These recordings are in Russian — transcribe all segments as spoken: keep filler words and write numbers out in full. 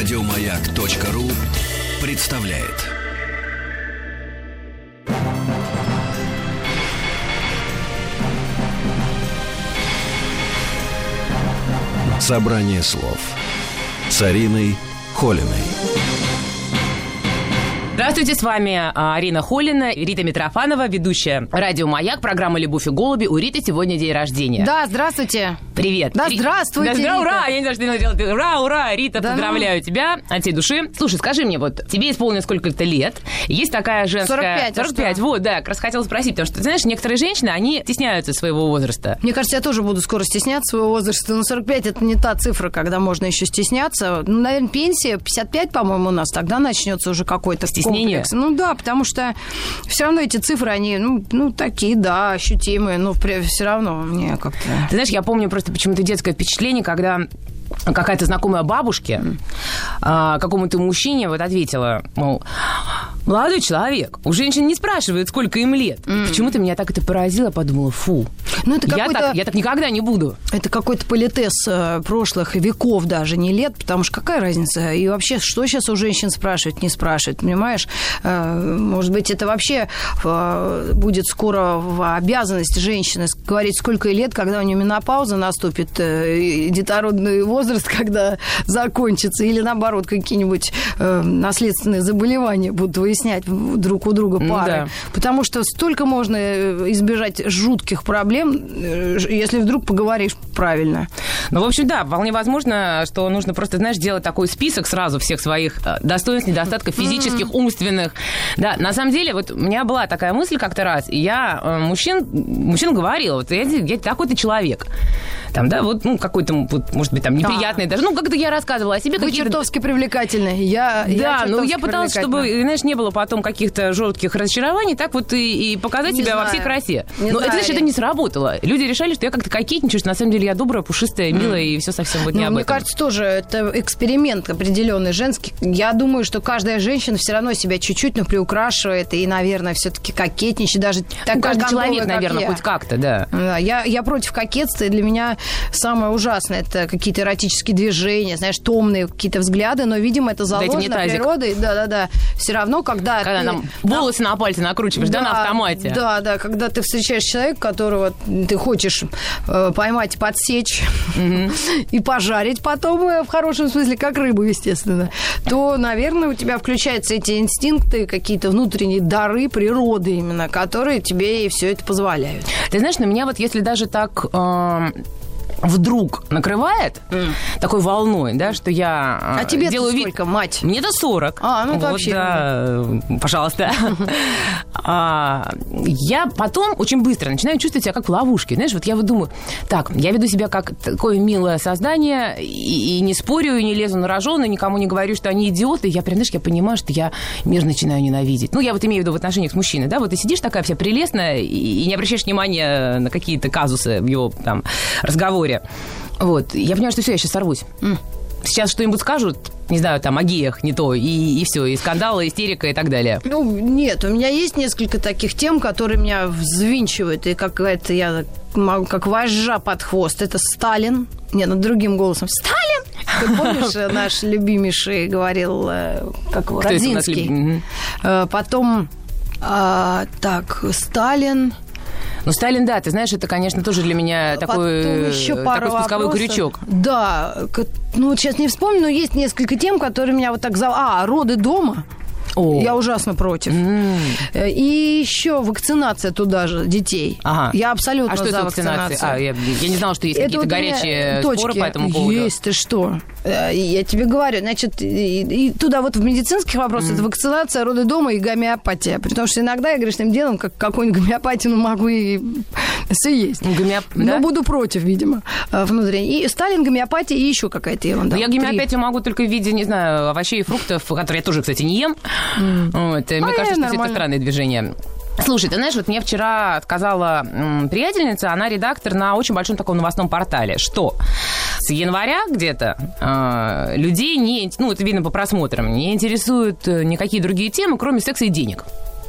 Радиомаяк.ру представляет. Собрание слов с Ариной Холиной. Здравствуйте, с вами Арина Холина, Рита Митрофанова, ведущая радио «Маяк», программа «Любовь и голуби». У Риты сегодня день рождения. Да, здравствуйте. Привет. Да, здравствуйте, да, Рита. Ура, я не знаю, что ты делать. Ура, ура, Рита, да поздравляю ну... тебя от всей души. Слушай, скажи мне, вот тебе исполнилось сколько-то лет, есть такая женская... сорок пять. сорок пять, вот, да, как раз хотела спросить, потому что, знаешь, некоторые женщины, они стесняются своего возраста. Мне кажется, я тоже буду скоро стесняться своего возраста, но сорок пять это не та цифра, когда можно еще стесняться. Ну, наверное, пенсия пятьдесят пять, по-моему, у нас, тогда начнется уже какой-то стеснение. Комплекс. Ну да, потому что все равно эти цифры, они, ну, ну такие, да, ощутимые, но все равно мне как-то... Ты знаешь, я помню просто почему-то детское впечатление, когда какая-то знакомая бабушки а, какому-то мужчине вот ответила, мол, молодой человек, у женщин не спрашивают, сколько им лет. Mm. Почему-то меня так это поразило, подумала, фу, ну, это я, так, я так никогда не буду. Это какой-то политез прошлых веков даже, не лет, потому что какая разница? И вообще, что сейчас у женщин спрашивать, не спрашивать, понимаешь? Может быть, это вообще будет скоро в обязанности женщины говорить, сколько ей лет, когда у нее менопауза наступит, детородный возраст, когда закончится, или наоборот, какие-нибудь наследственные заболевания будут выяснять друг у друга пары. Да. Потому что столько можно избежать жутких проблем, если вдруг поговоришь правильно. Ну, в общем, да, вполне возможно, что нужно просто, знаешь, делать такой список сразу всех своих достоинств, недостатков физических, mm-hmm. умственных. Да, на самом деле, вот у меня была такая мысль как-то раз, и я мужчин, мужчин говорила, вот я, я такой-то человек. Там, да, вот, ну, какой-то, вот, может быть, там, неприятный а. даже. Ну, как-то я рассказывала о себе. Вы какие-то... чертовски привлекательный. Я, да, я ну, я пыталась, чтобы, знаешь, не было потом каких-то жестких разочарований, так вот и, и показать не себя знаю. Во всей красе. Не Но знаю, это, знаешь, это не сработало. Люди решали, что я как-то кокетничаю, что на самом деле я добрая, пушистая, милая, mm. и все совсем вот не ну, об мне этом. Мне кажется, тоже это эксперимент определенный женский. Я думаю, что каждая женщина все равно себя чуть-чуть, но приукрашивает и, наверное, все-таки кокетничает. Даже ну, каждый человек, как наверное, я. хоть как-то, да. да я, я против кокетства, и для меня самое ужасное это какие-то эротические движения, знаешь, томные какие-то взгляды, но, видимо, это заложено да, природой. Да-да-да. Все равно, когда... Когда ты... нам волосы на пальце накручиваешь, да, да, на автомате. Да, да, когда ты встречаешь человека, которого ты хочешь э, поймать, подсечь mm-hmm. и пожарить потом, э, в хорошем смысле, как рыбу, естественно, то, наверное, у тебя включаются эти инстинкты, какие-то внутренние дары природы именно, которые тебе и все это позволяют. Ты знаешь, на меня вот если даже так... Э- вдруг накрывает mm. такой волной, да, что я а тебе делаю сколько, вид... мать? Мне-то сорок. А, ну вот, вообще. Да, пожалуйста. Я потом очень быстро начинаю чувствовать себя как в ловушке. Знаешь, вот я вот думаю, так, я веду себя как такое милое создание, и не спорю, и не лезу на рожон, и никому не говорю, что они идиоты. Я прям, знаешь, я понимаю, что я мир начинаю ненавидеть. Ну, я вот имею в виду в отношениях с мужчиной, да, вот ты сидишь такая вся прелестная, и не обращаешь внимания на какие-то казусы в его там разговоре. Вот, я понимаю, что все, я сейчас сорвусь. Mm. Сейчас что-нибудь скажут, не знаю, там, о геях не то, и, и все, и скандалы, истерика и так далее. Ну, нет, у меня есть несколько таких тем, которые меня взвинчивают, и какая-то я могу, как вожжа под хвост. Это Сталин. Не, ну, другим голосом. Сталин! Ты помнишь, наш любимейший говорил, как его, Родзинский. Потом, так, Сталин... Ну, Сталин, да, ты знаешь, это, конечно, тоже для меня такой, еще такой спусковой крючок. Да, ну, вот сейчас не вспомню, но есть несколько тем, которые меня вот так зовут. А, роды дома. О. Я ужасно против. Mm. И еще вакцинация туда же детей. Ага. Я абсолютно а что за это вакцинацию. А, я, я не знала, что есть это какие-то вот горячие споры по этому поводу. Есть, ты что? Я тебе говорю, значит, и, и туда вот в медицинских вопросах mm. это вакцинация, роды дома и гомеопатия. Потому что иногда я грешным делом как какую-нибудь гомеопатию могу и съесть. Гомеоп... Но да? буду против, видимо, внутренне. И Сталин, гомеопатия и еще какая-то ерунда. Но я гомеопатию Три. могу только в виде, не знаю, овощей и фруктов, которые я тоже, кстати, не ем. Mm. Вот. Мне а кажется, что это странное движение. Слушай, ты знаешь, вот мне вчера сказала м, приятельница, она редактор на очень большом таком новостном портале, что с января где-то э, людей не, ну, это видно по просмотрам, не интересуют никакие другие темы, кроме секса и денег.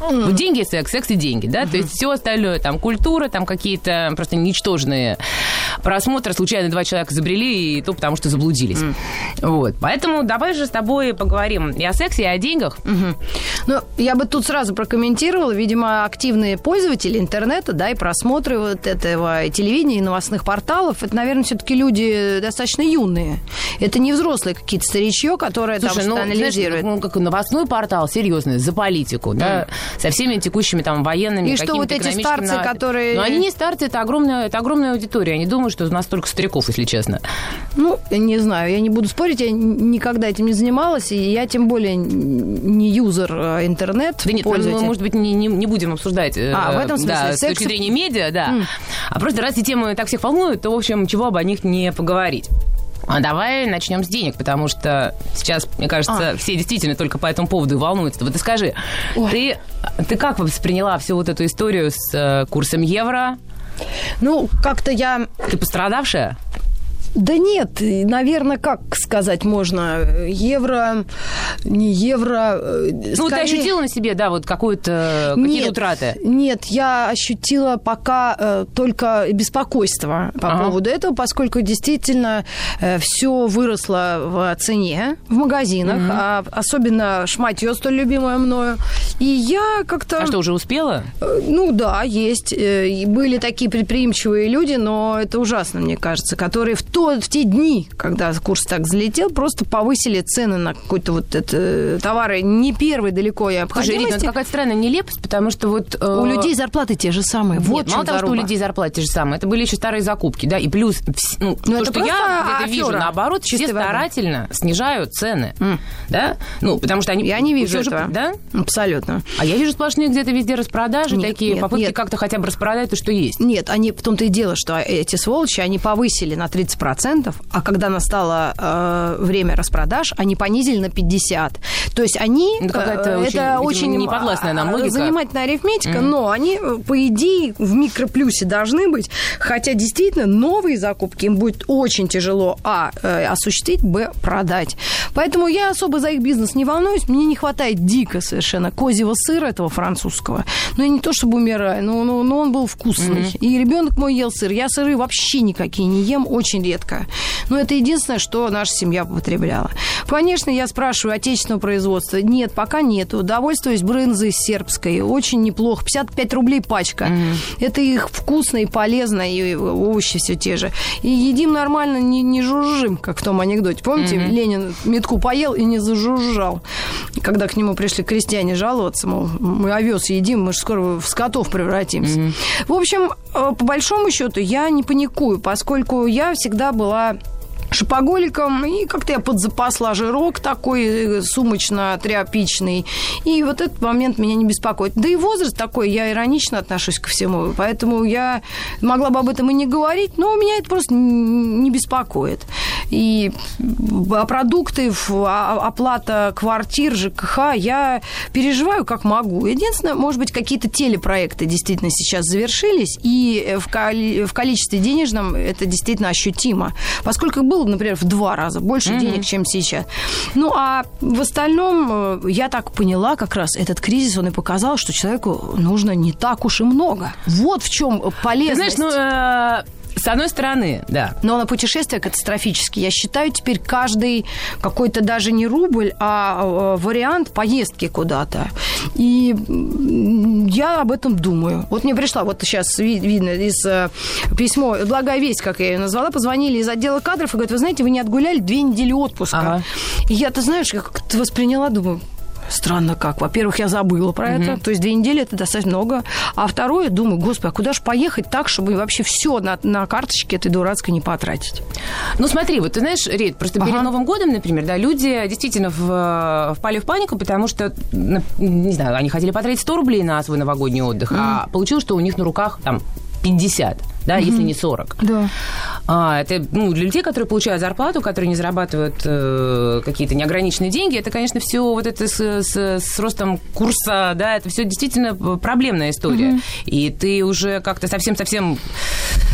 Mm. Вот деньги и секс, секс и деньги, да, mm-hmm. то есть все остальное, там, культура, там какие-то просто ничтожные просмотры, случайно два человека забрели, и то потому, что заблудились. Mm. Вот, поэтому давай же с тобой поговорим и о сексе, и о деньгах. Mm-hmm. Ну, я бы тут сразу прокомментировала, видимо, активные пользователи интернета, да, и просмотры вот этого телевидения и новостных порталов, это, наверное, все-таки люди достаточно юные. Это не взрослые какие-то старичье, которые Слушай, там что-то ну, анализируют. Знаешь, ну, как новостной портал, серьезный, за политику, mm. да, со всеми текущими там военными, и что вот эти старцы, на... которые... Но они не старцы, это огромная, это огромная аудитория. Они думают, что у нас только стариков, если честно. Ну, я не знаю, я не буду спорить, я никогда этим не занималась, и я тем более не юзер интернет. Да нет, мы, может быть, не, не, не будем обсуждать а, в этом смысле, да, секс... с точки зрения медиа, да. Mm. А просто раз эти темы так всех волнуют, то, в общем, чего об них не поговорить. А давай начнем с денег, потому что сейчас, мне кажется, а. все действительно только по этому поводу и волнуются. Вот ты скажи, ты, ты как восприняла всю вот эту историю с э, курсом евро? Ну, как-то я... Ты пострадавшая? Да нет, наверное, как сказать можно, евро, не евро... Ну, скорее... ты ощутила на себе, да, вот какую-то, какие-то нет, утраты? Нет, я ощутила пока э, только беспокойство по ага. поводу этого, поскольку действительно э, все выросло в цене в магазинах, угу. а, особенно шматье, столь любимое мною, и я как-то... А что, уже успела? Э, ну, да, есть. Э, были такие предприимчивые люди, но это ужасно, мне кажется, которые в то в те дни, когда курс так взлетел, просто повысили цены на какой-то вот это, товары не первой далеко и обходимости. Слушай, Рит, это какая-то странная нелепость, потому что вот... Э... У людей зарплаты те же самые. Нет, вот мало того, что у людей зарплаты те же самые, это были еще старые закупки, да, и плюс, ну, то, это что я это вижу, наоборот, все старательно вода. снижают цены, mm. да, ну, потому что они... Я не вижу уже, этого. Да? Абсолютно. А я вижу сплошные где-то везде распродажи, нет, такие нет, попытки нет. как-то хотя бы распродать то, что есть. Нет, они, в том-то и дело, что эти сволочи, они повысили на тридцать процентов, а когда настало э, время распродаж, они понизили на пятьдесят процентов. То есть они... Это какая-то очень, это очень неподвластная нам логика. Занимательная арифметика, mm-hmm. но они, по идее, в микроплюсе должны быть, хотя действительно новые закупки им будет очень тяжело, а, э, осуществить, б, продать. Поэтому я особо за их бизнес не волнуюсь, мне не хватает дико совершенно козьего сыра этого французского. Ну, я не то чтобы умираю, но, но, но он был вкусный. Mm-hmm. И ребенок мой ел сыр. Я сыры вообще никакие не ем, очень редко. Но это единственное, что наша семья потребляла. Конечно, я спрашиваю отечественного производства. Нет, пока нет. Удовольствуюсь брынзой сербской. Очень неплохо. пятьдесят пять рублей пачка. Mm-hmm. Это их вкусно и полезно, и овощи все те же. И едим нормально, не, не жужжим, как в том анекдоте. Помните, mm-hmm. Ленин метку поел и не зажужжал. Когда к нему пришли крестьяне жаловаться, мол, мы овес едим, мы же скоро в скотов превратимся. Mm-hmm. В общем, по большому счету, я не паникую, поскольку я всегда была шопоголиком, и как-то я подзапасла жирок такой сумочно-тряпичный, и вот этот момент меня не беспокоит. Да и возраст такой, я иронично отношусь ко всему, поэтому я могла бы об этом и не говорить, но меня это просто не беспокоит. И продукты, оплата квартир, ЖКХ, я переживаю как могу. Единственное, может быть, какие-то телепроекты действительно сейчас завершились, и в количестве денежном это действительно ощутимо, поскольку было, например, в два раза больше mm-hmm. денег, чем сейчас. Ну, а в остальном, я так поняла, как раз этот кризис, он и показал, что человеку нужно не так уж и много. Вот в чем полезность. Ты знаешь, ну... С одной стороны, да. Но на путешествия катастрофически. Я считаю, теперь каждый какой-то даже не рубль, а вариант поездки куда-то. И я об этом думаю. Вот мне пришла, вот сейчас видно из письмо, благая весть, как я ее назвала, позвонили из отдела кадров и говорят, вы знаете, вы не отгуляли две недели отпуска. Ага. И я, ты знаешь, я как-то восприняла, думаю... Странно как. Во-первых, я забыла про mm-hmm. это. То есть две недели – это достаточно много. А второе, думаю, господи, а куда же поехать так, чтобы вообще все на, на карточке этой дурацкой не потратить? Ну, смотри, вот ты знаешь, Рит, просто ага. перед Новым годом, например, да, люди действительно в, впали в панику, потому что, не знаю, они хотели потратить сто рублей на свой новогодний отдых, mm-hmm. а получилось, что у них на руках там пятьдесят, да, mm-hmm. если не сорок. Да. А, это, ну, для людей, которые получают зарплату, которые не зарабатывают э, какие-то неограниченные деньги, это, конечно, все вот это с, с, с ростом курса, да, это все действительно проблемная история. Mm-hmm. И ты уже как-то совсем-совсем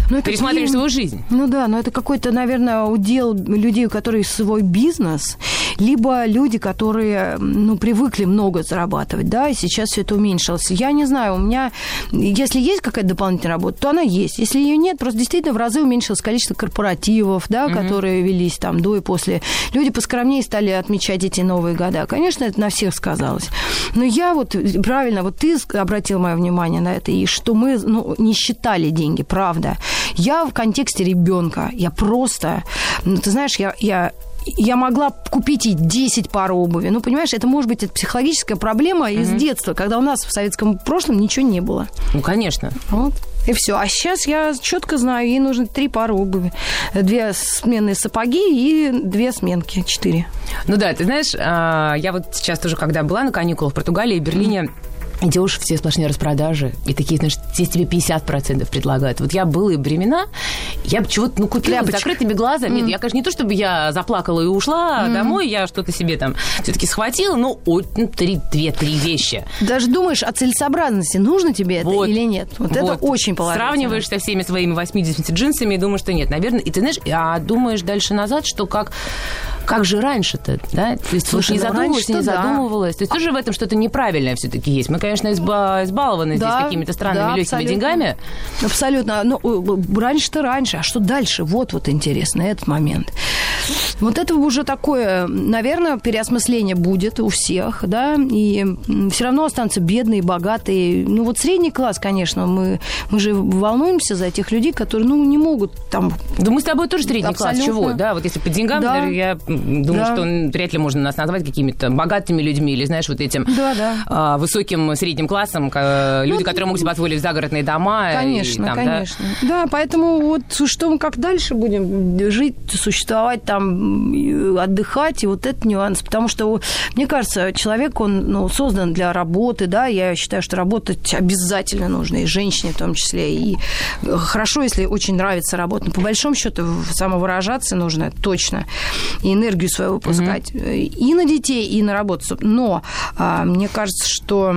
ну, пересматриваешь свою жизнь. Ну да, но это какой-то, наверное, удел людей, у которых свой бизнес, либо люди, которые, ну, привыкли много зарабатывать, да, и сейчас все это уменьшилось. Я не знаю, у меня, если есть какая-то дополнительная работа, то она есть. Если ее нет, просто действительно в разы уменьшилось количество корпоративов, да, mm-hmm. которые велись там до и после. Люди поскромнее стали отмечать эти Новые года. Конечно, это на всех сказалось. Но я вот, правильно, вот ты обратил мое внимание на это, и что мы, ну, не считали деньги, правда. Я в контексте ребенка, я просто, ну, ты знаешь, я... я Я могла купить и десять пар обуви. Ну, понимаешь, это может быть это психологическая проблема из mm-hmm. детства, когда у нас в советском прошлом ничего не было. Ну, конечно. Вот. И все. А сейчас я четко знаю, ей нужно три пары обуви. Две сменные сапоги и две сменки. Четыре. Ну да, ты знаешь, я вот сейчас тоже, когда была на каникулах в Португалии и Берлине, mm-hmm. идешь, все сплошные распродажи, и такие, знаешь, здесь тебе пятьдесят процентов предлагают. Вот я была и времена, я бы чего-то, ну, купила Ляпочка. С закрытыми глазами. Mm. Нет, я, конечно, не то, чтобы я заплакала и ушла mm. домой, я что-то себе там все-таки схватила, но ну, три, две-три вещи. Даже думаешь о целесообразности, нужно тебе вот. Это или нет. Вот, вот. Это очень положительно. Сравниваешь со всеми своими восьмидесятью джинсами и думаешь, что нет, наверное. И ты знаешь, а думаешь дальше назад, что как... Как же раньше-то, да? То есть, слушай, не задумывалась, не задумывалась. Да. То есть тоже в этом что-то неправильное все-таки есть. Мы, конечно, изба- избалованы да, здесь какими-то странными да, легкими деньгами. Абсолютно. Но раньше-то раньше. А что дальше? Вот вот интересно, этот момент. Вот это уже такое, наверное, переосмысление будет у всех, да, и все равно останутся бедные, богатые. Ну, вот средний класс, конечно, мы, мы же волнуемся за тех людей, которые, ну, не могут там... Да мы с тобой тоже средний абсолютно. Класс, чего, да? Вот если по деньгам, да. я думаю, да. что вряд ли можно нас назвать какими-то богатыми людьми или, знаешь, вот этим да, да. А, высоким средним классом, люди, ну, которые могут себе позволить загородные дома. Конечно, и, там, конечно. Да? да, поэтому вот что мы как дальше будем жить, существовать, там, отдыхать, и вот этот нюанс. Потому что, мне кажется, человек, он ну, создан для работы, да, я считаю, что работать обязательно нужно, и женщине в том числе. И хорошо, если очень нравится работа, но по большому счету самовыражаться нужно точно, и энергию свою выпускать. Mm-hmm. И на детей, и на работу. Но а, мне кажется, что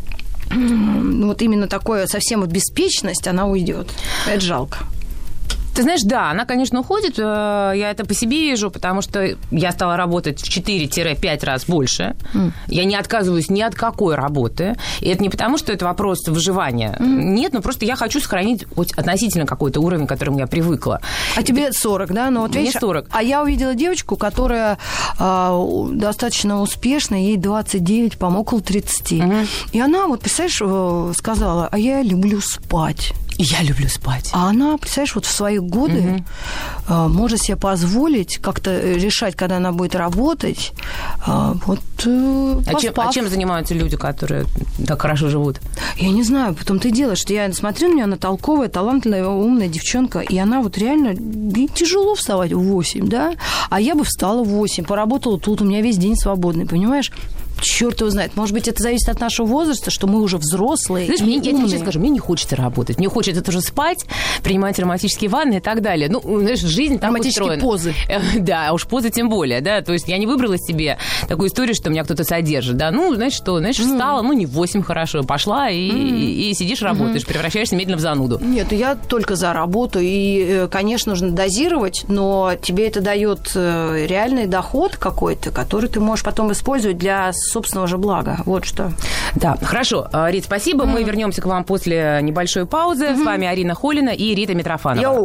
ну, вот именно такое совсем вот беспечность, она уйдет. Это жалко. Ты знаешь, да, она, конечно, уходит. Я это по себе вижу, потому что я стала работать в четыре-пять раз больше. Mm. Я не отказываюсь ни от какой работы. И это не потому, что это вопрос выживания. Mm. Нет, ну просто я хочу сохранить хоть относительно какой-то уровень, к которому я привыкла. А тебе сорок, да? Ну, вот, мне видишь, сорок. А я увидела девочку, которая э, достаточно успешная, ей двадцать девять, по-моему, около тридцати. Mm-hmm. И она, вот, представляешь, сказала, а я люблю спать. И я люблю спать. А она, представляешь, вот в свои годы угу. может себе позволить как-то решать, когда она будет работать. Вот, а, чем, а чем занимаются люди, которые так хорошо живут? Я не знаю. Потом-то и дело, что я смотрю на нее, она толковая, талантливая, умная девчонка, и она вот реально... Ей тяжело вставать в восемь, да? А я бы встала в восемь, поработала тут, у меня весь день свободный, понимаешь? Черт его знает. Может быть, это зависит от нашего возраста, что мы уже взрослые. Знаешь, мне, я тебе честно скажу, мне не хочется работать. Мне хочется тоже спать, принимать романтические ванны и так далее. Ну, знаешь, жизнь так устроена. Романтические позы. Да, а уж позы тем более, да. То есть я не выбрала себе такую историю, что меня кто-то содержит, да. Ну, знаешь что, знаешь, встала, ну, не в восемь хорошо, пошла и, и, и сидишь, работаешь, превращаешься медленно в зануду. Нет, я только за работу. И, конечно, нужно дозировать, но тебе это дает реальный доход какой-то, который ты можешь потом использовать для собственного же блага. Вот что. Да, хорошо. Рит, спасибо. Mm. Мы вернемся к вам после небольшой паузы. Mm-hmm. С вами Арина Холина и Рита Митрофанова. Йоу.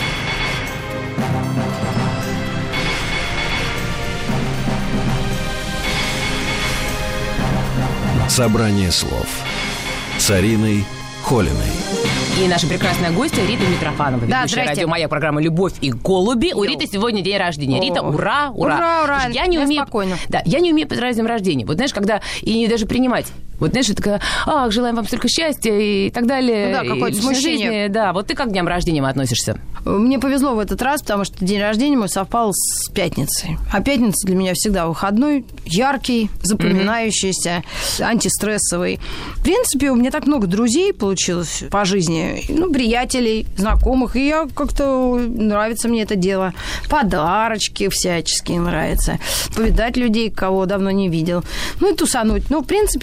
Собрание слов с Ариной Холиной. И наша прекрасная гостья Рита Митрофанова, да, ведущая радио «Маяк», программа «Любовь и голуби». Йо. У Риты сегодня день рождения. О. Рита, ура, ура. Ура, ура. Я не я умею, спокойно. Да, я не умею поздравить с днем рождения. Вот знаешь, когда и даже принимать. Вот знаешь, это такая, ах, желаем вам столько счастья и так далее. Ну да, какое-то смущение. Жизни. Да, вот ты как к дням рождения относишься? Мне повезло в этот раз, потому что день рождения мой совпал с пятницей. А пятница для меня всегда выходной, яркий, запоминающийся, mm-hmm. антистрессовый. В принципе, у меня так много друзей получилось по жизни. Ну, приятелей, знакомых. И я как-то... Нравится мне это дело. Подарочки всяческие нравятся. Повидать людей, кого давно не видел. Ну, и тусануть. Ну, в принципе, что-то особенное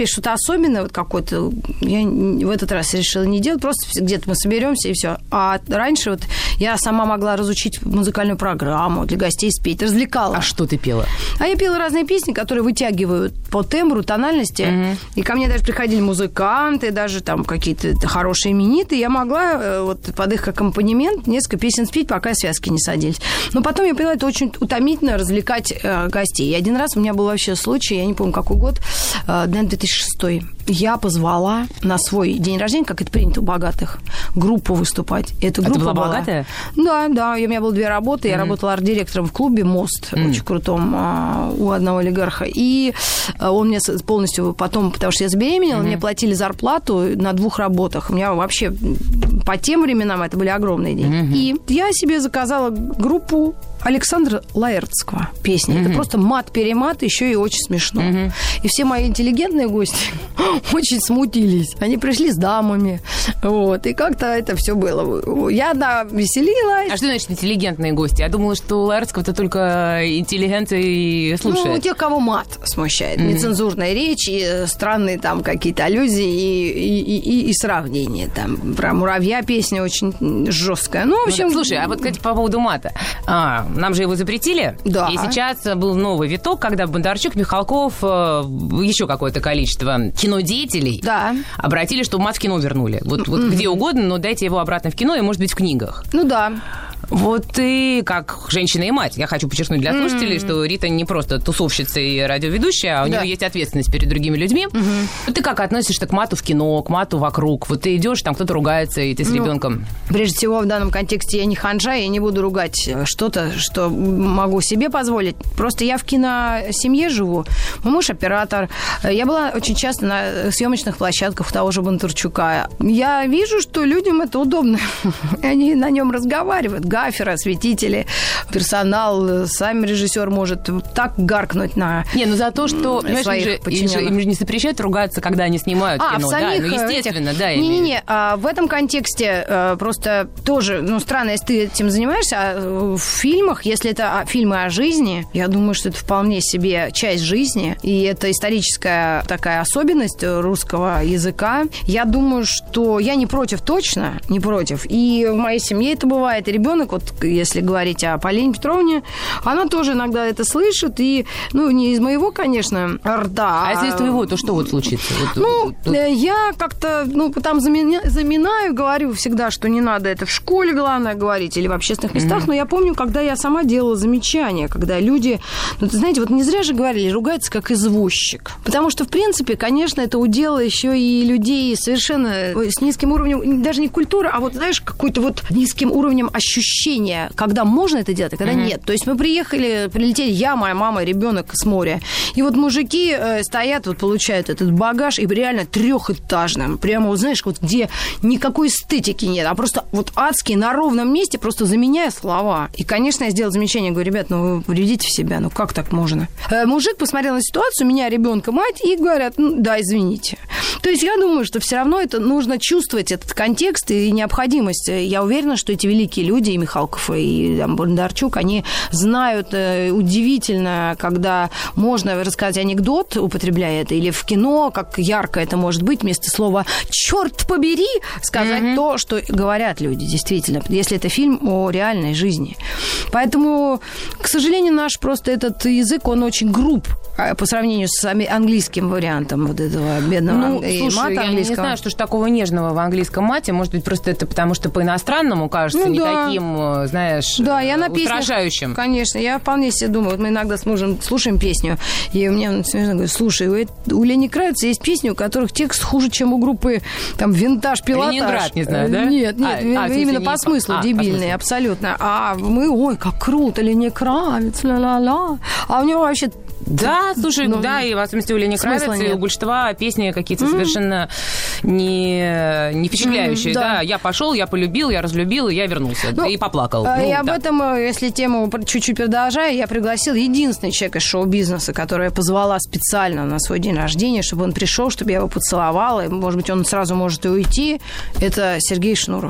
особенное вот какое-то, я в этот раз решила не делать, просто где-то мы соберемся и все. А раньше вот я сама могла разучить музыкальную программу, для гостей спеть, развлекала. А что ты пела? А я пела разные песни, которые вытягивают по тембру, тональности. Mm-hmm. И ко мне даже приходили музыканты, даже там какие-то хорошие именитые. Я могла вот под их аккомпанемент несколько песен спеть, пока связки не садились. Но потом я поняла, это очень утомительно развлекать э, гостей. И один раз у меня был вообще случай, я не помню, какой год, э, наверное, две тысячи шестой. Я позвала на свой день рождения, как это принято у богатых, группу выступать. Эта группа а ты была, была богатая? Да, да. У меня было две работы. Я mm-hmm. работала арт-директором в клубе «Мост», mm-hmm. очень крутом, а, у одного олигарха. И а, он мне полностью потом, потому что я забеременела, mm-hmm. мне платили зарплату на двух работах. У меня вообще по тем временам это были огромные деньги. Mm-hmm. И я себе заказала группу Александра Лаэртского песни. Mm-hmm. Это просто мат-перемат, еще и очень смешно. Mm-hmm. И все мои интеллигентные гости очень смутились. Они пришли с дамами. Вот. И как-то это все было. Я, да, веселилась. А что значит интеллигентные гости? Я думала, что Лаэртского-то только интеллигенты слушают. Ну, у тех, кого мат смущает. Mm-hmm. Нецензурная речь, и странные там какие-то аллюзии и, и, и, и сравнения. Там про муравья песня очень жесткая. Ну, в общем... Ну, слушай, а вот, кстати, по поводу мата. А, нам же его запретили. Да. И сейчас был новый виток, когда Бондарчук, Михалков, еще какое-то количество кинодеятелей да. обратили, что мат в кино вернули. Вот, вот mm-hmm. где угодно, но дайте его обратно в кино и, может быть, в книгах. Ну да. Вот ты, как женщина и мать, я хочу подчеркнуть для слушателей, mm-hmm. что Рита не просто тусовщица и радиоведущая, а у да. нее есть ответственность перед другими людьми. Mm-hmm. Вот ты как относишься к мату в кино, к мату вокруг? Вот ты идешь, там кто-то ругается, и ты с ну, ребенком. Прежде всего, в данном контексте я не ханжа, я не буду ругать что-то, что могу себе позволить. Просто я в киносемье живу, мой муж оператор. Я была очень часто на съемочных площадках того же Бондарчука. Я вижу, что людям это удобно. Они на нем разговаривают. Гаферы, осветители, персонал, сам режиссер может так гаркнуть на Не, ну за то, что своих подчиненных. Им же не запрещают ругаться, когда они снимают а, кино. В самих, да, ну, естественно, этих... да. Не-не-не, а в этом контексте а, просто тоже, ну, странно, если ты этим занимаешься, а в фильмах, если это фильмы о жизни, я думаю, что это вполне себе часть жизни, и это историческая такая особенность русского языка. Я думаю, что я не против точно, не против. И в моей семье это бывает, и ребенок, вот если говорить о Полине Петровне, она тоже иногда это слышит, и, ну, не из моего, конечно, рта. А если из твоего, то что вот случится? Вот, ну, тут... я как-то, ну, там замина... заминаю, говорю всегда, что не надо это в школе, главное, говорить, или в общественных местах, mm-hmm. но я помню, когда я сама делала замечания, когда люди, ну, знаете, вот не зря же говорили, ругаются как извозчик, потому что, в принципе, конечно, это удел еще и людей совершенно с низким уровнем, даже не культуры, а вот, знаешь, какой-то вот низким уровнем ощущения, когда можно это делать, а когда mm-hmm. нет. То есть мы приехали, прилетели, я, моя мама, ребенок с моря, и вот мужики э, стоят, вот получают этот багаж, и реально трехэтажным, прямо, вот знаешь, вот где никакой эстетики нет, а просто вот адский на ровном месте, просто заменяя слова. И, конечно, я сделала замечание, говорю, ребят, ну вы придите в себя, ну как так можно? Э, мужик посмотрел на ситуацию, меня, ребенка, мать, и говорят, ну да, извините. То есть я думаю, что все равно это нужно чувствовать, этот контекст и необходимость. Я уверена, что эти великие люди, и Михалков, и там, Бондарчук, они знают э, удивительно, когда можно рассказать анекдот, употребляя это, или в кино, как ярко это может быть, вместо слова «черт побери» сказать mm-hmm. то, что говорят люди, действительно, если это фильм о реальной жизни. Поэтому, к сожалению, наш просто этот язык, он очень груб по сравнению с английским вариантом вот этого бедного ну, и слушай, мата я английского. не знаю, что ж такого нежного в английском мате. Может быть, просто это потому, что по-иностранному кажется ну, не да. таким, знаешь, да, я на устрашающим. Песнях, конечно, я вполне себе думаю. Вот мы иногда с мужем слушаем песню, и у меня смешно говорит, слушай, у, у Лени Кравица есть песни, у которых текст хуже, чем у группы там «Винтаж, Пилотаж». Ленинград, не знаю, да? Нет, нет, а, а, именно не... по смыслу а, дебильный, по смыслу. Абсолютно. А мы, ой, как круто, Лени Кравиц, ла-ла-ла. А у него вообще... Да, слушай, ну, да, и в особенности у Лени Кравица, и у Гульштова песни какие-то mm-hmm. совершенно не, не впечатляющие. Mm-hmm, да. да, я пошел, я полюбил, я разлюбил, и я вернулся. Ну, и поплакал. И ну, об да. этом, если тему чуть-чуть продолжаю, я пригласила единственный человек из шоу-бизнеса, который я позвала специально на свой день рождения, чтобы он пришел, чтобы я его поцеловала, и, может быть, он сразу может и уйти. Это Сергей Шнуров.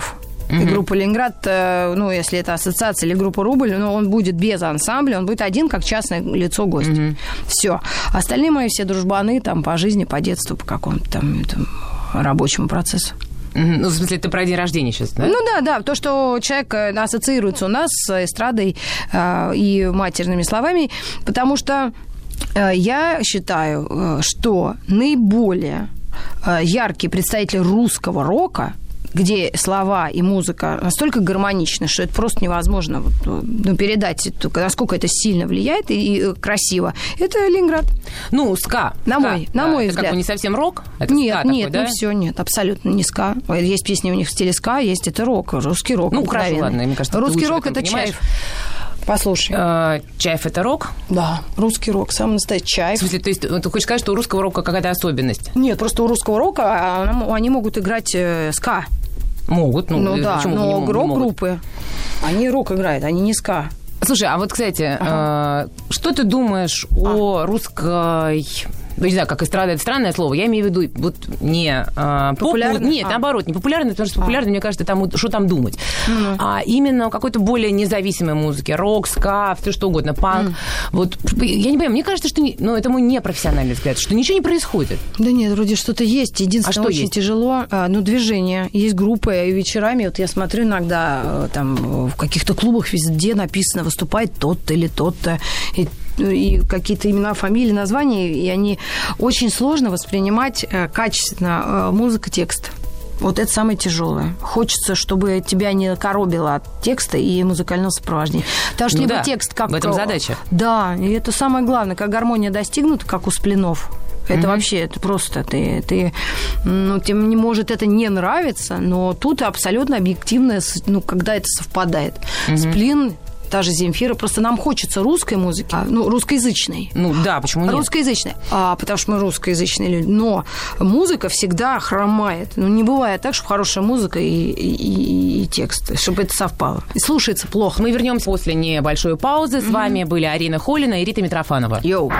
И группа «Ленинград», ну, если это ассоциация или группа «Рубль», ну, он будет без ансамбля, он будет один, как частное лицо гостя. Mm-hmm. Все. Остальные мои все дружбаны там по жизни, по детству, по какому-то там, там рабочему процессу. Mm-hmm. Ну, в смысле, это про день рождения сейчас, да? Ну, да, да. То, что человек ассоциируется у нас с эстрадой э, и матерными словами, потому что э, я считаю, э, что наиболее э, яркий представитель русского рока, где слова и музыка настолько гармоничны, что это просто невозможно вот, ну, передать, насколько это сильно влияет и, и красиво. Это Ленинград. Ну, ска. На ска. мой, на да, мой это взгляд. Это как бы не совсем рок? Это нет, ска нет, такой, да? ну все, нет, абсолютно не ска. Есть песни у них в стиле ска, есть это рок, русский рок. Ну, хорошо, ладно, мне кажется, русский рок – это Чайф. Послушай. А, Чайф – это рок? Да, русский рок, самый настоящий Чайф. В смысле, то есть ты хочешь сказать, что у русского рока какая-то особенность? Нет, просто у русского рока они могут играть ска. Могут, ну, ну да, но не, рок-группы, они рок играют, они не ска. Слушай, а вот, кстати, ага. э, что ты думаешь а. о русской... Ну, не знаю, как эстрада, это странное слово. Я имею в виду вот не э, популярно. Нет, а. наоборот, не популярно, потому что популярно, а. мне кажется, там что там думать. Mm. А именно какой-то более независимой музыки. Рок, ска, все что угодно, панк. Mm. Вот, я не понимаю, мне кажется, что ну, это мой непрофессиональный взгляд, что ничего не происходит. Да нет, вроде что-то есть. Единственное, а что очень есть? Тяжело, ну, движение. Есть группы, и вечерами, вот я смотрю иногда, там, в каких-то клубах везде написано, выступает тот-то или тот-то, и и какие-то имена, фамилии, названия, и они очень сложно воспринимать качественно музыка, текст. Вот это самое тяжелое. Хочется, чтобы тебя не коробило от текста и музыкального сопровождения. Потому что ну либо да, текст как... в этом задача. Да, и это самое главное, как гармония достигнута, как у Сплинов. Это mm-hmm. вообще, это просто, ты, ты, ну, тебе не может это не нравиться, но тут абсолютно объективно, ну, когда это совпадает. Mm-hmm. Сплин... Та же Земфира. Просто нам хочется русской музыки, ну, русскоязычной. Ну, да, почему нет? Русскоязычной. А, потому что мы русскоязычные люди. Но музыка всегда хромает. Ну, не бывает так, чтобы хорошая музыка и, и, и текст, чтобы это совпало. И слушается плохо. Мы вернемся после небольшой паузы. Mm-hmm. С вами были Арина Холина и Рита Митрофанова. Йоу.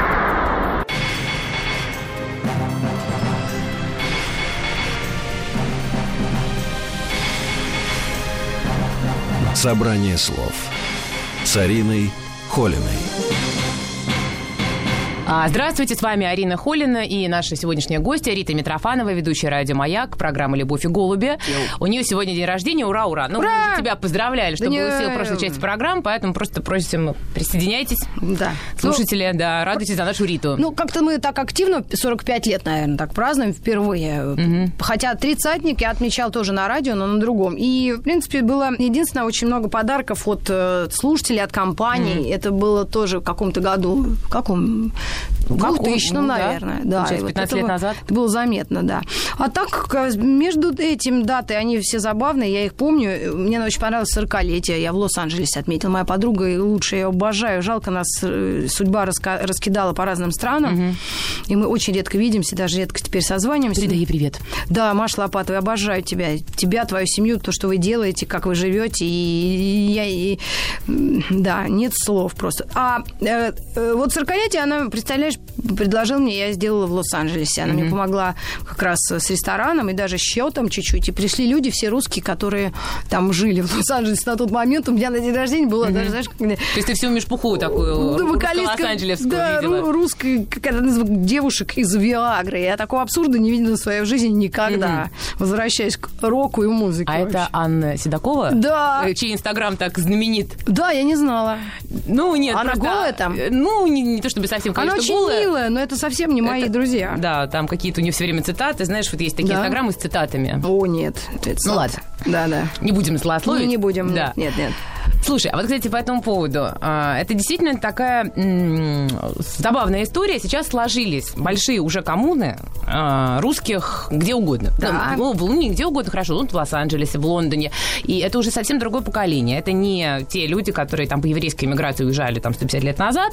Собрание слов с Ариной Холиной. Здравствуйте, с вами Арина Холина и наша сегодняшняя гостья Рита Митрофанова, ведущая радио «Маяк», программа «Любовь и голуби». Йоу. У нее сегодня день рождения, ура, ура! Ну, ура! мы уже тебя поздравляли, что да было в прошлой части программы, поэтому просто просим, присоединяйтесь, да. слушатели, ну, да, радуйтесь за нашу Риту. Ну, как-то мы так активно, сорок пять лет, наверное, так празднуем впервые. Угу. Хотя тридцатник я отмечал тоже на радио, но на другом. И, в принципе, было единственное, очень много подарков от слушателей, от компаний. Угу. Это было тоже в каком-то году, в каком... двухтысячном, ну, наверное. Да, да. пятнадцать лет было, назад. Это было заметно, да. А так, между этим даты, они все забавные, я их помню. Мне очень понравилось сорокалетие. Я в Лос-Анджелесе отметила. Моя подруга лучшая, я ее обожаю. Жалко, нас судьба раска- раскидала по разным странам. Угу. И мы очень редко видимся, даже редко теперь созваниваемся. Передай ей привет. Да, Маша Лопатова, я обожаю тебя. Тебя, твою семью, то, что вы делаете, как вы живете. И я... И, да, нет слов просто. А э, вот сорокалетие, она, представляешь, предложила мне, я сделала в Лос-Анджелесе. Она mm-hmm. мне помогла как раз с рестораном и даже счетом чуть-чуть. И пришли люди, все русские, которые там жили в Лос-Анджелесе на тот момент. У меня на день рождения было mm-hmm. даже, знаешь, как... То есть ты всю мешпуху такую да, русско-лос-анджелесскую да, видела? русская, какая-то девушек из Виагры. Я такого абсурда не видела в своей жизни никогда. Mm-hmm. Возвращаясь к року и музыке. А вообще. Это Анна Седокова? Да. Чей инстаграм так знаменит? Да, я не знала. Ну, нет. Она просто... голая там? Ну, не, не то чтобы совсем, конечно, она очень голая. милая, но это совсем не мои это, друзья. Да, там какие-то у нее все время цитаты. Знаешь, вот есть такие да. инстаграмы с цитатами. О, нет. Это ну, ладно. Да, да. Не будем злословить. Не, не будем. Да. Нет, нет. Слушай, а вот, кстати, по этому поводу. Это действительно такая м- забавная история. Сейчас сложились большие уже коммуны русских где угодно. Да. Ну, в Луне где угодно, хорошо. Ну, в Лос-Анджелесе, в Лондоне. И это уже совсем другое поколение. Это не те люди, которые там по еврейской эмиграции уезжали там сто пятьдесят лет назад.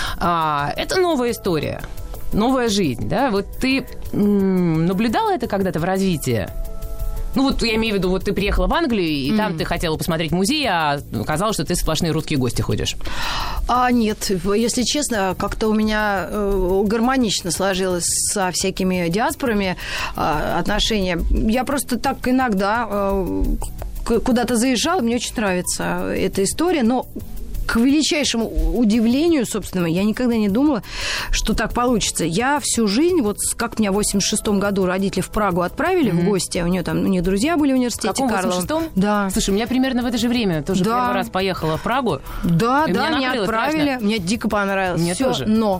Это новая история. Новая жизнь, да? Вот ты м- наблюдала это когда-то в развитии? Ну, вот я имею в виду, вот ты приехала в Англию, и mm. там ты хотела посмотреть музей, а оказалось, что ты сплошные русские гости ходишь. А нет, если честно, как-то у меня э, гармонично сложилось со всякими диаспорами э, отношения. Я просто так иногда... Э, куда-то заезжала, мне очень нравится эта история, но к величайшему удивлению, собственно, я никогда не думала, что так получится. Я всю жизнь, вот как меня в восемьдесят шестом году родители в Прагу отправили mm-hmm. в гости, у нее там, у них друзья были в университете Карлова. В восемьдесят шестом? Да. Слушай, у меня примерно в это же время тоже да. первый раз поехала в Прагу. Да, да, меня, меня отправили, страшно. Мне дико понравилось. Мне Всё, тоже. Но...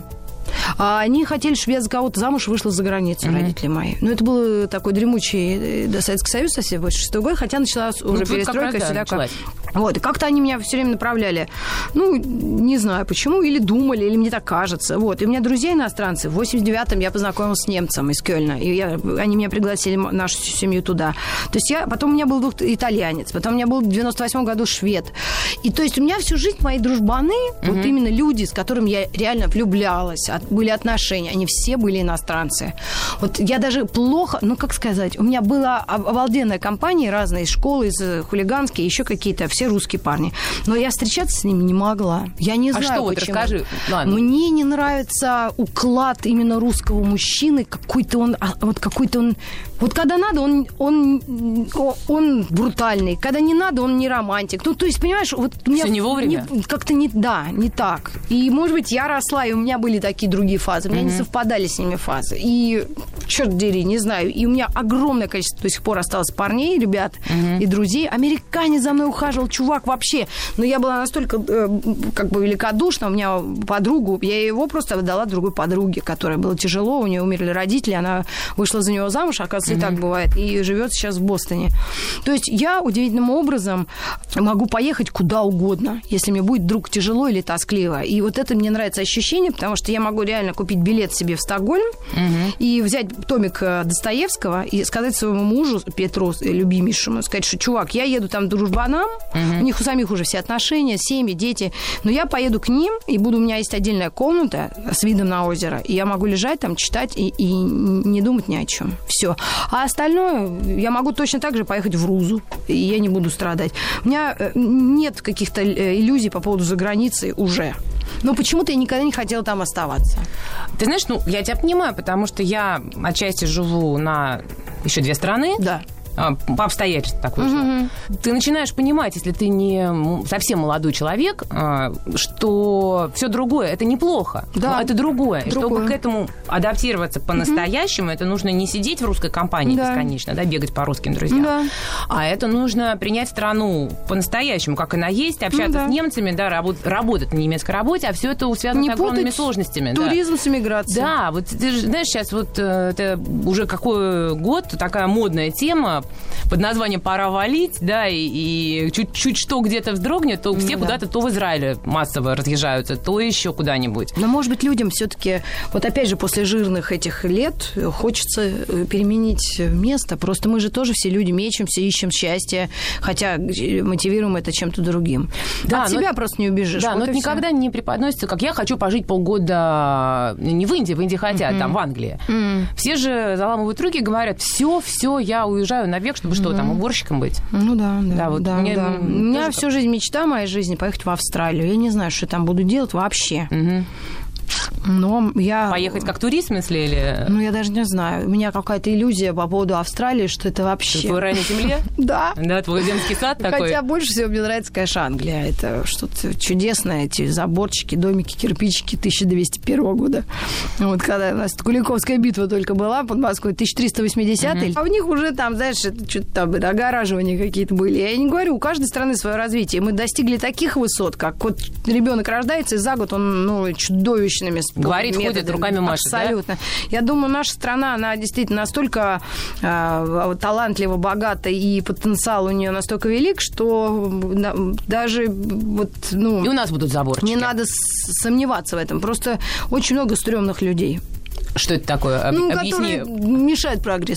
А они хотели, чтобы я за кого-то замуж вышла за границу, mm-hmm. родители мои. Но это был такой дремучий да, Советский Союз, совсем восемьдесят шестой год, хотя началась ну, уже перестройка. Раз, сюда, да, как... Вот, и как-то они меня все время направляли. Ну, не знаю почему, или думали, или мне так кажется. Вот, и у меня друзья иностранцы. В восемьдесят девятом я познакомилась с немцем из Кёльна, и я, они меня пригласили, нашу семью, туда. То есть я, потом у меня был двух, итальянец, потом у меня был в девяносто восьмом году швед. И то есть у меня всю жизнь мои дружбаны, mm-hmm. вот именно люди, с которыми я реально влюблялась, от, были отношения, они все были иностранцы. Вот я даже плохо, ну, как сказать, у меня была обалденная компания разные, из школы, из хулиганские, еще какие-то, все русские парни. Но я встречаться с ними не могла. Я не а знаю, что, почему. Вот расскажи. Ладно. Мне не нравится уклад именно русского мужчины, какой-то он, вот какой-то он, вот когда надо, он, он, он брутальный, когда не надо, он не романтик. Ну, то есть, понимаешь, вот у меня... Все не вовремя? Не, как-то не, да, не так. И, может быть, я росла, и у меня были такие другие фазы. У меня mm-hmm. не совпадали с ними фазы. И, черт дери, не знаю. И у меня огромное количество до сих пор осталось парней, ребят mm-hmm. и друзей. Американец за мной ухаживал, чувак, вообще. Но я была настолько э, как бы великодушна. У меня подругу, я его просто отдала другой подруге, которой было тяжело. У нее умерли родители, она вышла за него замуж, оказывается, mm-hmm. и так бывает. И живет сейчас в Бостоне. То есть я удивительным образом могу поехать куда угодно, если мне будет вдруг тяжело или тоскливо. И вот это мне нравится ощущение, потому что я могу реально купить билет себе в Стокгольм угу. и взять томик Достоевского и сказать своему мужу, Петру, любимейшему, сказать, что, чувак, я еду там к дружбанам, угу. у них у самих уже все отношения, семьи, дети, но я поеду к ним, и буду, у меня есть отдельная комната с видом на озеро, и я могу лежать там, читать и, и не думать ни о чем. Все. А остальное, я могу точно так же поехать в Рузу, и я не буду страдать. У меня нет каких-то иллюзий по поводу заграницы уже. Но почему-то я никогда не хотела там оставаться. Ты знаешь, ну, я тебя понимаю, потому что я отчасти живу на еще две страны. Да. По обстоятельствам так вышло. Mm-hmm. Ты начинаешь понимать, если ты не совсем молодой человек, что все другое, это неплохо, да. но это другое. другое. И чтобы к этому адаптироваться по-настоящему, mm-hmm. это нужно не сидеть в русской компании да. бесконечно, да, бегать по русским друзьям, да. а это нужно принять страну по-настоящему, как она есть, общаться mm-hmm. с немцами, да, работ, работать на немецкой работе, а все это связано не с огромными сложностями. Туризм да. с эмиграцией. Да, вот ты же знаешь, сейчас вот это уже какой год, такая модная тема, под названием «Пора валить», да, и, и чуть-чуть что где-то вздрогнет, то все ну, куда-то да. то в Израиле массово разъезжаются, то еще куда-нибудь. Но, может быть, людям все-таки, вот опять же, после жирных этих лет хочется переменить место. Просто мы же тоже все люди мечемся, ищем счастье, хотя мотивируем это чем-то другим. Да, От себя просто не убежишь. Да, вот но это никогда не преподносится, как я хочу пожить полгода не в Индии, в Индии хотят, mm-hmm. там, в Англии. Mm-hmm. Все же заламывают руки и говорят, все, все, я уезжаю навек, чтобы что, mm-hmm. там, уборщиком быть? Ну да, да. да, вот да, мне, да. У меня всю жизнь мечта моей жизни поехать в Австралию. Я не знаю, что я там буду делать вообще. Mm-hmm. Но я... Поехать как турист, в смысле, или... Ну, я даже не знаю. У меня какая-то иллюзия по поводу Австралии, что это вообще... Что твой рай на земле? Да. Да, твой Эдемский сад такой. Хотя больше всего мне нравится, конечно, Англия. Это что-то чудесное. Эти заборчики, домики, кирпичики тысяча двести первого года. Вот когда у нас Куликовская битва только была под Москвой, тысяча триста восьмидесятый. А у них уже там, знаешь, что-то там огораживания какие-то были. Я не говорю, у каждой страны свое развитие. Мы достигли таких высот, как вот ребенок рождается, и за год он, ну, чудовищными говорит, методами. Ходит, руками машет. Абсолютно. Да? Я думаю, наша страна, она действительно настолько э, талантлива, богата, и потенциал у нее настолько велик, что даже вот, ну... И у нас будут заборчики. Не надо сомневаться в этом. Просто очень много стрёмных людей. Что это такое? Об... Ну, Объясни. Которые мешают прогресс.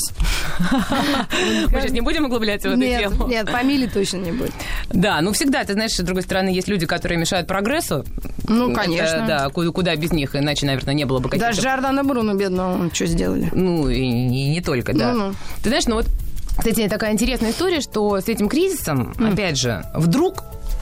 Мы сейчас не будем углубляться в эту нет, тему? Нет, фамилии точно не будет. Да, ну всегда, ты знаешь, с другой стороны, есть люди, которые мешают прогрессу. Ну, конечно. Это, да, куда, куда без них, иначе, наверное, не было бы каких-то... Даже Джордано Бруно, бедного, что сделали? Ну, и, и не только, да. Ну-ну. Ты знаешь, ну вот, кстати, такая интересная история, что с этим кризисом, mm. опять же, вдруг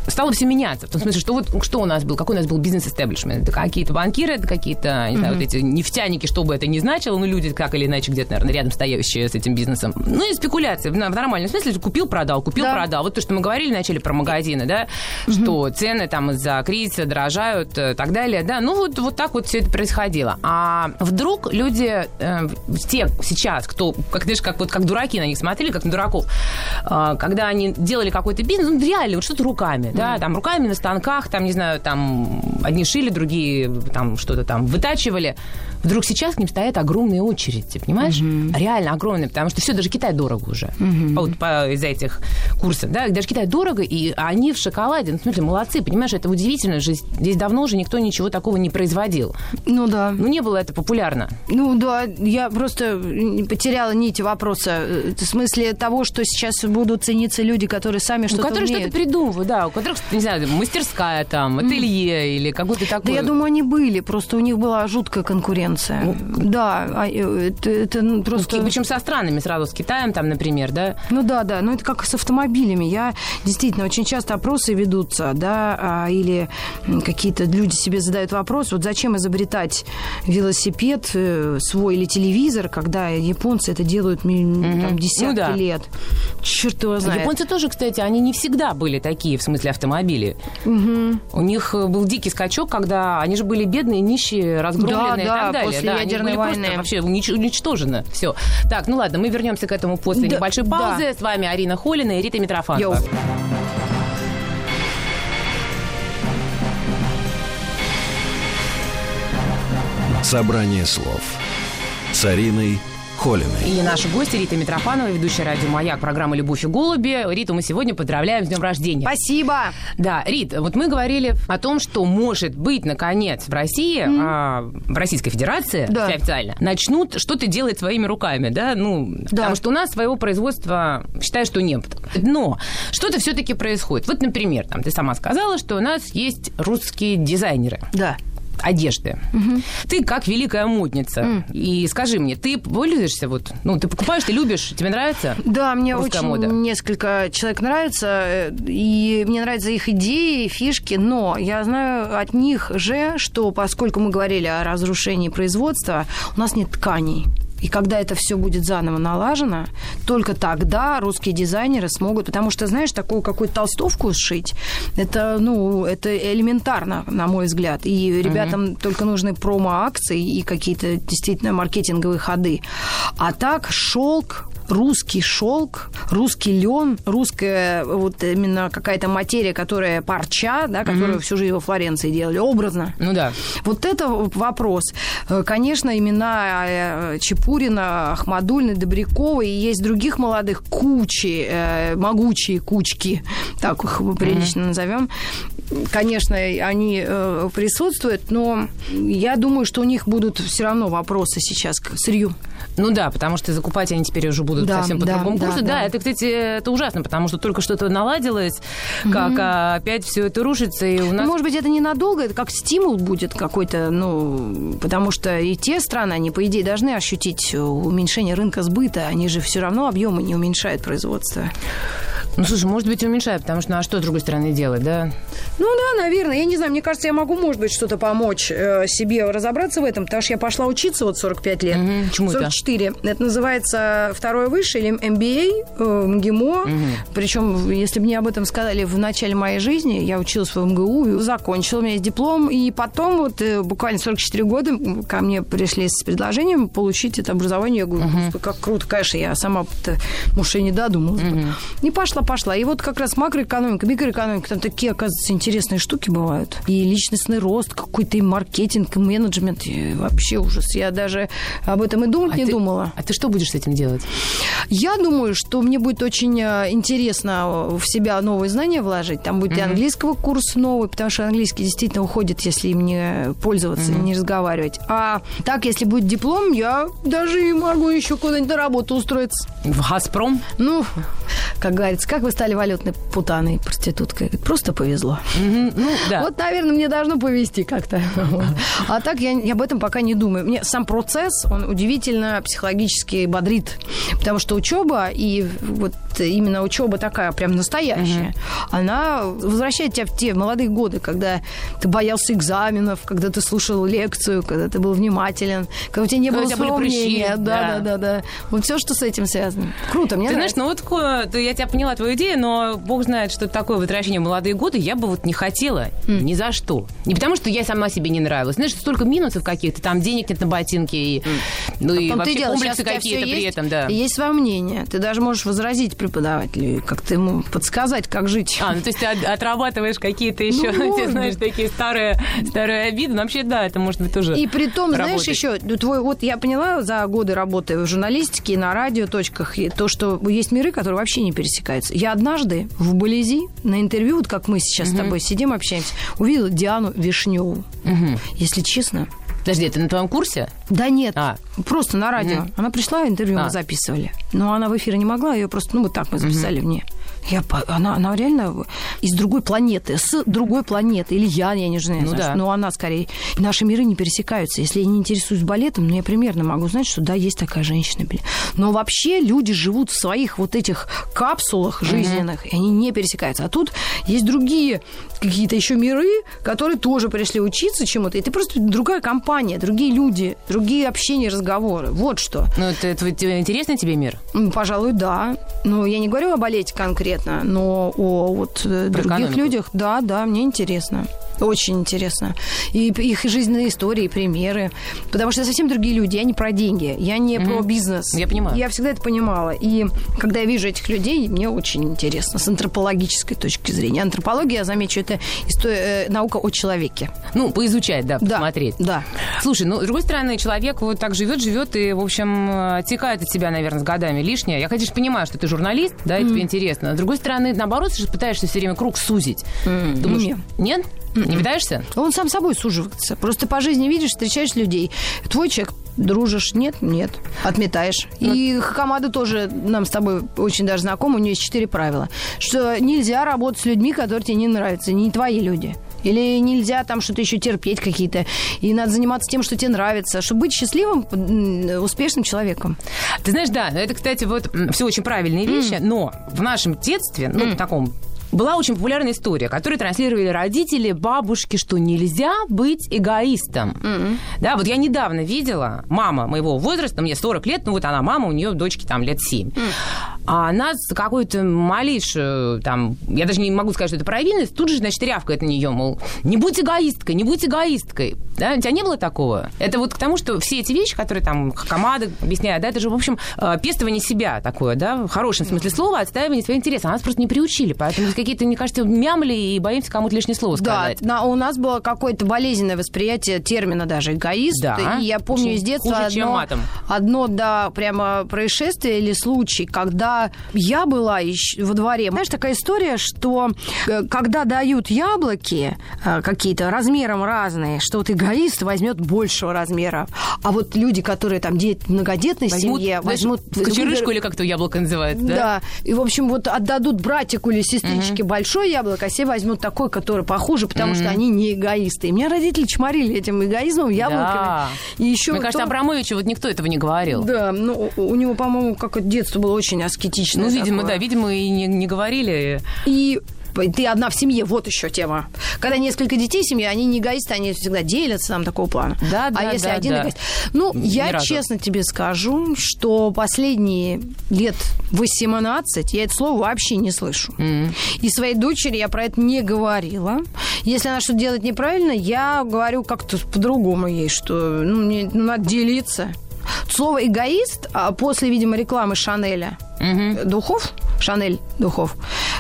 стало все меняться. В том смысле, что вот что у нас был, какой у нас был бизнес-эстеблишмент. Это какие-то банкиры, это какие-то, не знаю, mm-hmm. вот эти нефтяники, что бы это ни значило, ну, люди так или иначе где-то, наверное, рядом стоящие с этим бизнесом. Ну, и спекуляции. В нормальном смысле купил-продал, купил-продал. Да. Вот то, что мы говорили вначале про магазины, да, mm-hmm. что цены там из-за кризиса дорожают и так далее, да. Ну, вот, вот так вот все это происходило. А вдруг люди, э, те сейчас, кто, как, знаешь, как, вот, как дураки на них смотрели, как на дураков, э, когда они делали какой-то бизнес, ну, реально, вот что-то руками, mm-hmm. да, там руками на станках, там, не знаю, там одни шили, другие там что-то там вытачивали. Вдруг сейчас к ним стоят огромные очереди, понимаешь? Mm-hmm. Реально огромные, потому что все, даже Китай дорого уже. Mm-hmm. Вот по, из-за этих курсов, да, даже Китай дорого, и они в шоколаде, ну, в смысле, молодцы, понимаешь, это удивительно же, здесь давно уже никто ничего такого не производил. Ну, да. Ну, не было это популярно. Ну, да, я просто потеряла нить вопроса. В смысле того, что сейчас будут цениться люди, которые сами что-то умеют. У которых что-то придумывают, да, у которых, не знаю, мастерская там, ателье mm. или какой-то такой. Да, я думаю, они были, просто у них была жуткая конкуренция. Ну, да, это, это просто... Ну, причем со странами сразу, с Китаем там, например, да? Ну, да, да, но это как с автомобилями. Я действительно, очень часто опросы ведутся, да, или какие-то люди себе задают вопрос, вот зачем изобретать велосипед свой или телевизор, когда японцы это делают mm-hmm. там, десятки ну, да. лет. Черт его знает. Японцы тоже, кстати, они не всегда были такие, в смысле автомобилей. Mm-hmm. У них был дикий скачок, когда они же были бедные, нищие, разгромленные да, и да, так далее. После да, ядерной войны. Вообще уничтожено. Все. Так, ну ладно, мы вернемся к этому после да, небольшой паузы. Да. С вами Арина Холина и Рита Митрофанова. Йоу. Собрание слов с Ариной Холиной. И наши гости Рита Митрофанова, ведущая радио «Маяк», программа «Любовь и голуби». Риту мы сегодня поздравляем с днем рождения. Спасибо! Да, Рит, вот мы говорили о том, что, может быть, наконец, в России, mm. а, в Российской Федерации, да. официально, начнут что-то делать своими руками, да, ну, да. потому что у нас своего производства, считаю, что нет. Но что-то все-таки происходит. Вот, например, там, ты сама сказала, что у нас есть русские дизайнеры. Да. Одежды. Угу. Ты как великая модница. Mm. И скажи мне, ты пользуешься вот, ну, ты покупаешь, ты любишь, тебе нравится? Да, мне русская очень мода? Несколько человек нравится, и мне нравятся их идеи, фишки, но я знаю от них же, что поскольку мы говорили о разрушении производства, у нас нет тканей. И когда это все будет заново налажено, только тогда русские дизайнеры смогут, потому что, знаешь, такую какую-то толстовку сшить, это, ну, это элементарно, на мой взгляд. И ребятам mm-hmm. только нужны промо-акции и какие-то действительно маркетинговые ходы. А так шелк, русский шелк, русский лен, русская вот именно какая-то материя, которая парча, да, которую mm-hmm. всю жизнь во Флоренции делали, образно. Ну да. Вот это вопрос. Конечно, имена Чепурина, Ахмадульны, Добряковой, и есть других молодых кучи, могучие кучки, так их прилично mm-hmm. назовем. Конечно, они присутствуют, но я думаю, что у них будут все равно вопросы сейчас к сырью. Ну да, потому что закупать они теперь уже будут да, совсем по да, другому курсу. Да, да. да, это, кстати, это ужасно, потому что только что-то наладилось, mm-hmm. как а опять все это рушится. И у нас... ну, может быть, это ненадолго, это как стимул будет какой-то, ну, потому что и те страны, они, по идее, должны ощутить уменьшение рынка сбыта, они же все равно объемы не уменьшают производство. Ну, слушай, может быть, уменьшает, потому что, ну, а что с другой стороны делать, да? Ну, да, наверное. Я не знаю, мне кажется, я могу, может быть, что-то помочь э, себе разобраться в этом, потому что я пошла учиться вот сорок пять лет. Угу. Чему сорок четыре. Это? Это называется второе высшее, или эм би эй, э, МГИМО. Угу. Причем, если бы мне об этом сказали в начале моей жизни, я училась в эм гэ у, закончила, у меня есть диплом, и потом вот э, буквально сорок четыре года ко мне пришли с предложением получить это образование. Я говорю, угу. как круто, конечно, я сама-то, может, и не додумалась. Угу. И пошла, пошла. И вот как раз макроэкономика, микроэкономика, там такие, оказывается, интересные штуки бывают. И личностный рост, какой-то и маркетинг, и менеджмент. И вообще ужас. Я даже об этом и думать а не ты, думала. А ты что будешь с этим делать? Я думаю, что мне будет очень интересно в себя новые знания вложить. Там будет mm-hmm. и английского курс новый, потому что английский действительно уходит, если им не пользоваться, mm-hmm. не разговаривать. А так, если будет диплом, я даже и могу еще куда-нибудь на работу устроиться. В «Газпром»? Ну, как говорится, как вы стали валютной путаной, проституткой? Просто повезло. Mm-hmm. Ну, да. Вот, наверное, мне должно повезти как-то. А так я, я об этом пока не думаю. Мне сам процесс, он удивительно психологически бодрит. Потому что учеба, и вот именно учеба такая прям настоящая, mm-hmm. она возвращает тебя в те молодые годы, когда ты боялся экзаменов, когда ты слушал лекцию, когда ты был внимателен, когда у тебя не было своего мнения. Да, да, да, да. Вот все, что с этим связано. Круто, мне ты нравится. Знаешь, ну вот я тебя поняла, твою идею, но бог знает, что такое возвращение в молодые годы, я бы вот не хотела mm. ни за что. Не потому, что я сама себе не нравилась. Знаешь, столько минусов каких-то, там денег нет на ботинки, и, mm. ну и вообще дело, комплексы какие-то при этом, да. Есть свое мнение. Ты даже можешь возразить преподавателю, как-то ему подсказать, как жить. А, ну то есть ты отрабатываешь какие-то еще, ну, ты знаешь, такие старые, старые обиды. Но вообще, да, это может быть тоже И при том, работать. Знаешь, еще, твой, вот я поняла за годы работы в журналистике, на радиоточках, то, что есть миры, которые вообще не пересекаются. Я однажды в Болези на интервью, вот как мы сейчас угу. с тобой сидим, общаемся, увидела Диану Вишневу. Угу. Если честно... Подожди, это на твоем курсе? Да нет, а. просто на радио. Угу. Она пришла, интервью а. мы записывали. Но она в эфире не могла, ее просто, ну, вот так мы записали угу. вне. Я, она, она реально из другой планеты, с другой планеты. Или я, я не знаю, ну, да. но она скорее. Наши миры не пересекаются. Если я не интересуюсь балетом, ну, я примерно могу знать, что да, есть такая женщина. Но вообще люди живут в своих вот этих капсулах жизненных, mm-hmm. и они не пересекаются. А тут есть другие какие-то еще миры, которые тоже пришли учиться чему-то. И ты просто другая компания, другие люди, другие общения, разговоры. Вот что. Ну, это, это, это интересный тебе мир? Пожалуй, да. Ну, я не говорю о балете конкретно, но о вот Про других экономику. Людях, да, да, мне интересно. Очень интересно. И их жизненные истории, примеры. Потому что совсем другие люди. Я не про деньги, я не mm-hmm. про бизнес. Я понимаю. Я всегда это понимала. И когда я вижу этих людей, мне очень интересно с антропологической точки зрения. Антропология, я замечу, это история, э, наука о человеке. Ну, поизучать, да, посмотреть. Да, да. Слушай, ну, с другой стороны, человек вот так живет, живет и, в общем, оттекает от себя, наверное, с годами лишнее. Я, конечно, понимаю, что ты журналист, да, и mm-hmm. тебе интересно. С другой стороны, наоборот, ты же пытаешься все время круг сузить. Mm-hmm. Думаешь, нет? Нет? Mm-mm. Не пытаешься? Он сам собой суживается. Просто по жизни видишь, встречаешь людей. Твой человек, дружишь? Нет? Нет. Отметаешь. Но... И Хакамада тоже нам с тобой очень даже знакома. У нее есть четыре правила. Что нельзя работать с людьми, которые тебе не нравятся. Не твои люди. Или нельзя там что-то еще терпеть какие-то. И надо заниматься тем, что тебе нравится. Чтобы быть счастливым, успешным человеком. Ты знаешь, да. Это, кстати, вот все очень правильные вещи. Mm. Но в нашем детстве, ну, mm. в таком... Была очень популярная история, которую транслировали родители, бабушки, что нельзя быть эгоистом. Mm-hmm. Да, вот я недавно видела, мама моего возраста, мне сорок лет, ну вот она мама, у нее дочки там лет семь. Mm. А она с какой-то малейшей, там, я даже не могу сказать, что это провинность, тут же, значит, рявкает на нее, мол, не будь эгоисткой, не будь эгоисткой. Да? У тебя не было такого? Это вот к тому, что все эти вещи, которые там Хакамада объясняет, да, это же, в общем, пестование себя такое, да, в хорошем смысле слова, отстаивание своих интересов. А нас просто не приучили, поэтому какие-то, мне кажется, мямли и боимся кому-то лишнее слово сказать. Да, у нас было какое-то болезненное восприятие термина даже эгоист. Да. И я помню очень из детства хуже, одно, чем матом. одно, да, прямо происшествие или случай, когда я была во дворе. Знаешь, такая история, что когда дают яблоки какие-то размером разные, что вот эгоист возьмет большего размера, а вот люди, которые там в многодетной возьмут, семье, возьмут... Кочерышку или как-то яблоко называется, да? Да. И, в общем, вот отдадут братику или сестричке угу. большое яблоко, а все возьмут такое, которое похуже, потому угу. что они не эгоисты. И меня родители чморили этим эгоизмом, яблоками. Да. И еще Мне кажется, то... Абрамовичу вот никто этого не говорил. Да, ну, у него, по-моему, как детство было очень аскетичное. Ну, видимо, такое. Да, видимо, и не, не говорили. И ты одна в семье, вот еще тема. Когда несколько детей в семье, они не эгоисты, они всегда делятся, там, такого плана. Да, да, а если да, один да. эгоист? Ну, Ни я разу. честно тебе скажу, что последние лет восемнадцать я это слово вообще не слышу. Mm. И своей дочери я про это не говорила. Если она что-то делает неправильно, я говорю как-то по-другому ей, что ну, мне ну, надо делиться. Слово «эгоист» после, видимо, рекламы Шанеля, угу. духов, Шанель духов,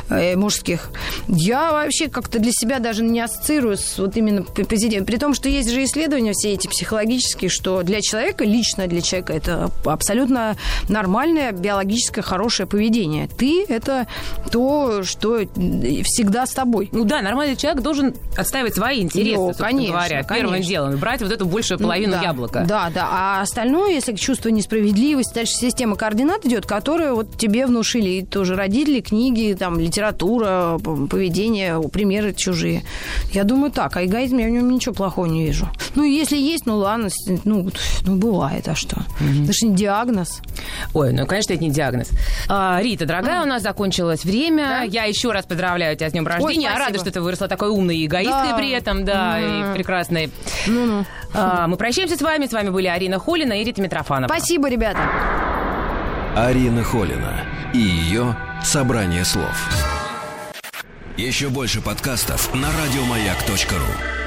э, мужских, я вообще как-то для себя даже не ассоциирую с вот именно позитивом. При том, что есть же исследования все эти психологические, что для человека, лично для человека, это абсолютно нормальное, биологическое, хорошее поведение. Ты – это то, что всегда с тобой. Ну да, нормальный человек должен отстаивать свои интересы, ну, собственно конечно, говоря, первым конечно. делом, брать вот эту большую половину да, яблока. Да, да. А остальное, если чувство несправедливости, дальше система координат идет, которая вот тебе внушили и тоже родители, книги, там, литература, поведение, примеры чужие. Я думаю, так. А эгоизм, я в нем ничего плохого не вижу. Ну, если есть, ну ладно, ну, ну бывает, а что? Mm-hmm. Это же не диагноз. Ой, ну, конечно, это не диагноз. А, Рита, дорогая, mm. у нас закончилось время. Да? Я еще раз поздравляю тебя с днем рождения. Ой, рада, что ты выросла такой умной и эгоисткой да. при этом, да, mm. и прекрасной. Mm-hmm. А, мы прощаемся с вами. С вами были Арина Холина и Рита Митрофанова. Спасибо, ребята. Арина Холина и ее «Собрание слов». Еще больше подкастов на радиомаяк точка ру.